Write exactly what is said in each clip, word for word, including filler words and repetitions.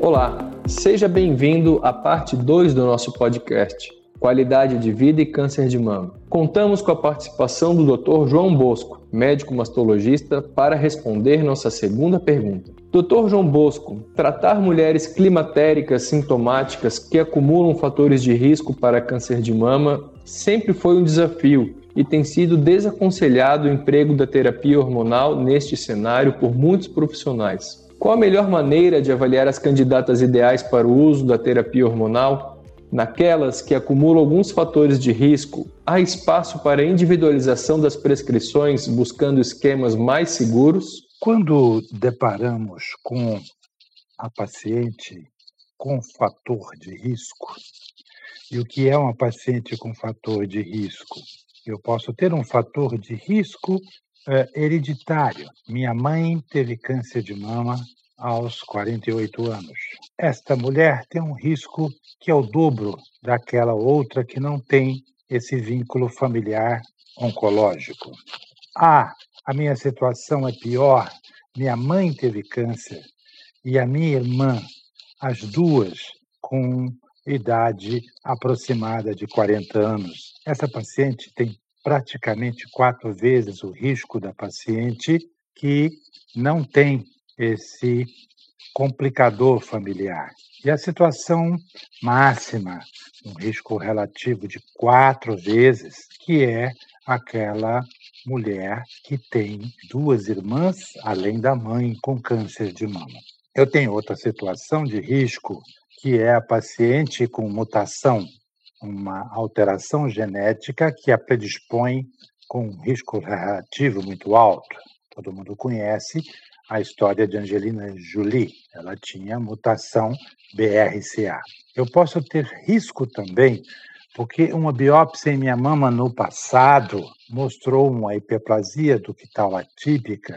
Olá, seja bem-vindo à parte dois do nosso podcast, Qualidade de Vida e Câncer de Mama. Contamos com a participação do doutor João Bosco, médico mastologista, para responder nossa segunda pergunta. doutor João Bosco, tratar mulheres climatéricas sintomáticas que acumulam fatores de risco para câncer de mama sempre foi um desafio e tem sido desaconselhado o emprego da terapia hormonal neste cenário por muitos profissionais. Qual a melhor maneira de avaliar as candidatas ideais para o uso da terapia hormonal? Naquelas que acumulam alguns fatores de risco, há espaço para individualização das prescrições buscando esquemas mais seguros? Quando deparamos com a paciente com fator de risco, e o que é uma paciente com fator de risco? Eu posso ter um fator de risco é, hereditário. Minha mãe teve câncer de mama aos quarenta e oito anos. Esta mulher tem um risco que é o dobro daquela outra que não tem esse vínculo familiar oncológico. Ah, a minha situação é pior. Minha mãe teve câncer e a minha irmã, as duas com idade aproximada de quarenta anos. Essa paciente tem praticamente quatro vezes o risco da paciente que não tem esse complicador familiar. E a situação máxima, um risco relativo de quatro vezes, que é aquela mulher que tem duas irmãs, além da mãe, com câncer de mama. Eu tenho outra situação de risco, que é a paciente com mutação, uma alteração genética que a predispõe com um risco relativo muito alto. Todo mundo conhece a história de Angelina Jolie. Ela tinha mutação B R C A. Eu posso ter risco também porque uma biópsia em minha mama no passado mostrou uma hiperplasia ductal atípica,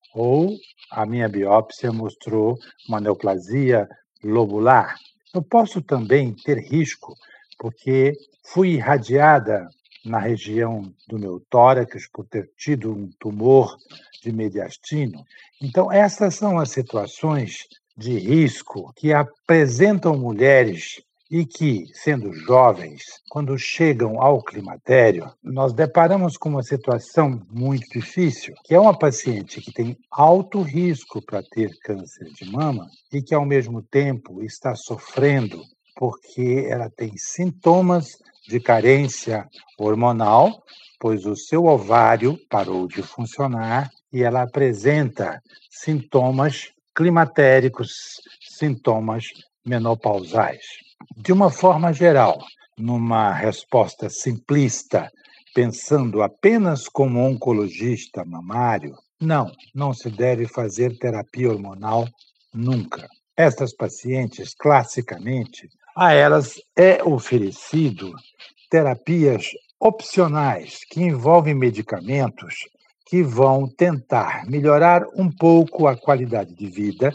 ou a minha biópsia mostrou uma neoplasia lobular. Eu posso também ter risco porque fui irradiada na região do meu tórax por ter tido um tumor de mediastino. Então, essas são as situações de risco que apresentam mulheres e que, sendo jovens, quando chegam ao climatério, nós deparamos com uma situação muito difícil, que é uma paciente que tem alto risco para ter câncer de mama e que, ao mesmo tempo, está sofrendo porque ela tem sintomas de carência hormonal, pois o seu ovário parou de funcionar e ela apresenta sintomas climatéricos, sintomas menopausais. De uma forma geral, numa resposta simplista, pensando apenas como oncologista mamário, não, não se deve fazer terapia hormonal nunca. Estas pacientes, classicamente, a elas é oferecido terapias opcionais que envolvem medicamentos que vão tentar melhorar um pouco a qualidade de vida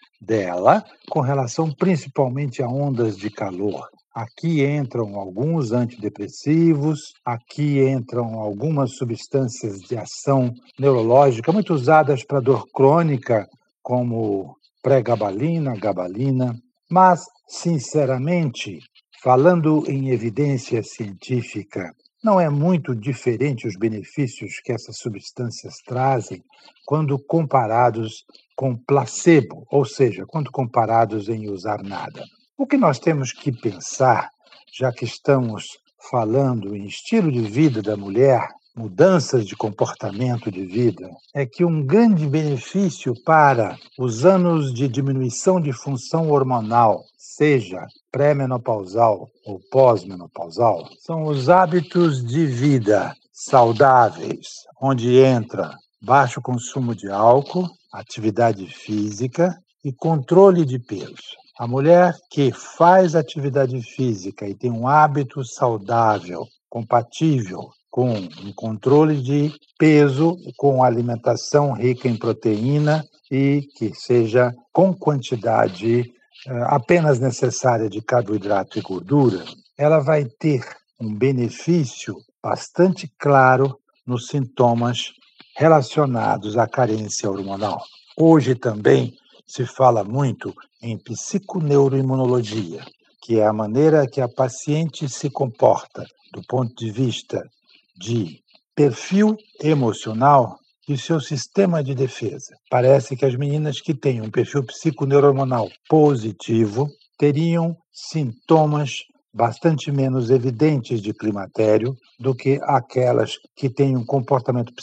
dela com relação principalmente a ondas de calor. Aqui entram alguns antidepressivos, aqui entram algumas substâncias de ação neurológica muito usadas para dor crônica, como pregabalina, gabalina, mas, sinceramente, falando em evidência científica, não é muito diferente os benefícios que essas substâncias trazem quando comparados com placebo, ou seja, quando comparados em usar nada. O que nós temos que pensar, já que estamos falando em estilo de vida da mulher, mudanças de comportamento de vida, é que um grande benefício para os anos de diminuição de função hormonal, seja pré-menopausal ou pós-menopausal, são os hábitos de vida saudáveis, onde entra baixo consumo de álcool, atividade física e controle de peso. A mulher que faz atividade física e tem um hábito saudável, compatível com um controle de peso, com alimentação rica em proteína e que seja com quantidade uh, apenas necessária de carboidrato e gordura, ela vai ter um benefício bastante claro nos sintomas relacionados à carência hormonal. Hoje também se fala muito em psiconeuroimunologia, que é a maneira que a paciente se comporta do ponto de vista de perfil emocional e seu sistema de defesa. Parece que as meninas que têm um perfil psiconeurohormonal positivo teriam sintomas bastante menos evidentes de climatério do que aquelas que têm um comportamento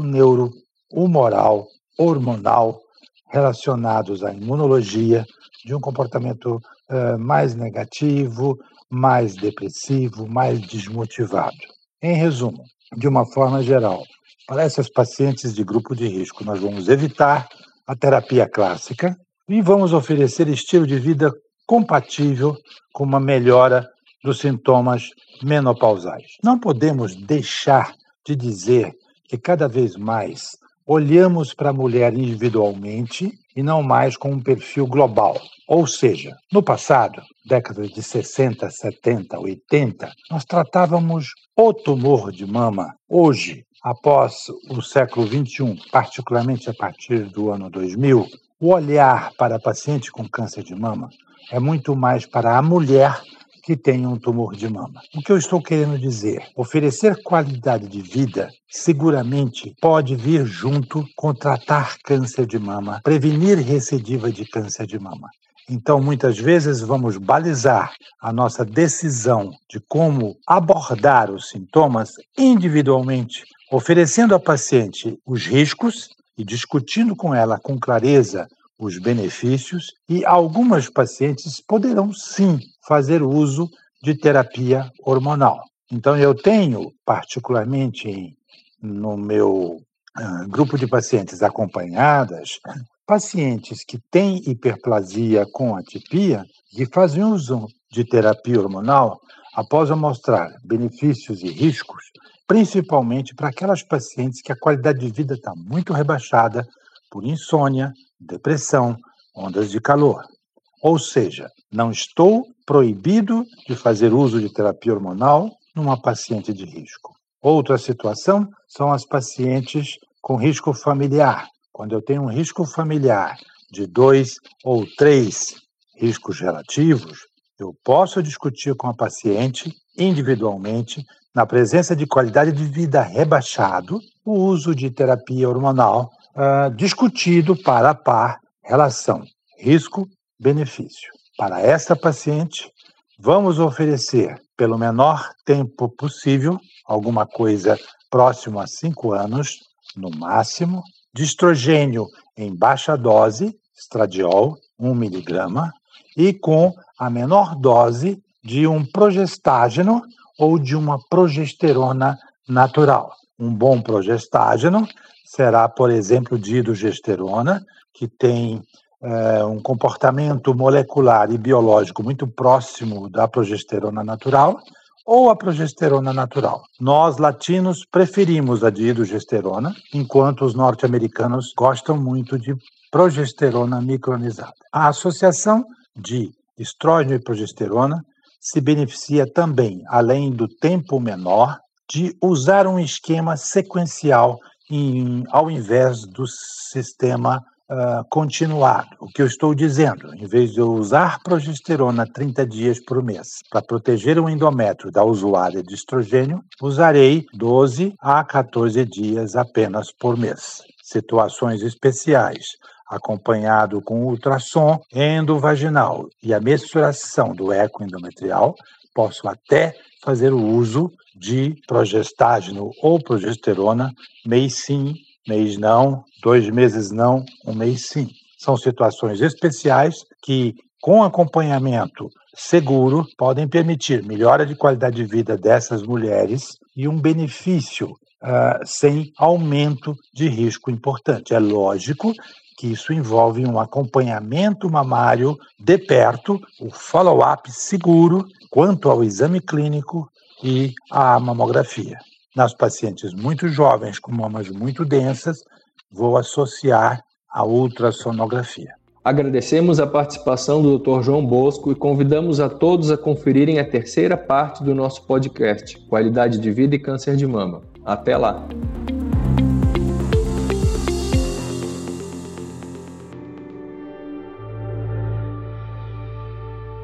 psiconeurohumoral, hormonal, relacionados à imunologia, de um comportamento uh, mais negativo, mais depressivo, mais desmotivado. Em resumo, de uma forma geral, para essas pacientes de grupo de risco, nós vamos evitar a terapia clássica e vamos oferecer estilo de vida compatível com uma melhora dos sintomas menopausais. Não podemos deixar de dizer que cada vez mais olhamos para a mulher individualmente e não mais com um perfil global. Ou seja, no passado, décadas de sessenta, setenta, oitenta, nós tratávamos o tumor de mama. Hoje, após o século vinte e um, particularmente a partir do ano dois mil, o olhar para a paciente com câncer de mama é muito mais para a mulher que tem um tumor de mama. O que eu estou querendo dizer? Oferecer qualidade de vida seguramente pode vir junto com tratar câncer de mama, prevenir recidiva de câncer de mama. Então, muitas vezes, vamos balizar a nossa decisão de como abordar os sintomas individualmente, oferecendo à paciente os riscos e discutindo com ela com clareza os benefícios, e algumas pacientes poderão sim fazer uso de terapia hormonal. Então, eu tenho, particularmente no meu uh, grupo de pacientes acompanhadas, pacientes que têm hiperplasia com atipia e fazem uso de terapia hormonal após eu mostrar benefícios e riscos, principalmente para aquelas pacientes que a qualidade de vida está muito rebaixada por insônia, depressão, ondas de calor. Ou seja, não estou proibido de fazer uso de terapia hormonal numa paciente de risco. Outra situação são as pacientes com risco familiar. Quando eu tenho um risco familiar de dois ou três riscos relativos, eu posso discutir com a paciente individualmente, na presença de qualidade de vida rebaixado, o uso de terapia hormonal uh, discutido par a par, relação risco-benefício. Para essa paciente, vamos oferecer, pelo menor tempo possível, alguma coisa próximo a cinco anos, no máximo, de estrogênio em baixa dose, estradiol, um miligrama, e com a menor dose de um progestágeno ou de uma progesterona natural. Um bom progestágeno será, por exemplo, dihidrogesterona, que tem é, um comportamento molecular e biológico muito próximo da progesterona natural, ou a progesterona natural. Nós, latinos, preferimos a dihidrogesterona, enquanto os norte-americanos gostam muito de progesterona micronizada. A associação de estrógeno e progesterona se beneficia também, além do tempo menor, de usar um esquema sequencial em, ao invés do sistema uh, continuado. O que eu estou dizendo, em vez de eu usar progesterona trinta dias por mês para proteger o endométrio da usuária de estrogênio, usarei doze a quatorze dias apenas por mês. Situações especiais, acompanhado com ultrassom endovaginal e a mensuração do eco endometrial, posso até fazer o uso de progestágeno ou progesterona, mês sim, mês não, dois meses não, um mês sim. São situações especiais que, com acompanhamento seguro, podem permitir melhora de qualidade de vida dessas mulheres e um benefício uh, sem aumento de risco importante. É lógico que isso envolve um acompanhamento mamário de perto, o follow-up seguro quanto ao exame clínico e à mamografia. Nas pacientes muito jovens com mamas muito densas, vou associar a ultrassonografia. Agradecemos a participação do doutor João Bosco e convidamos a todos a conferirem a terceira parte do nosso podcast, Qualidade de Vida e Câncer de Mama. Até lá!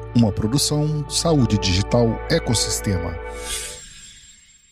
Uma produção Saúde Digital Ecossistema.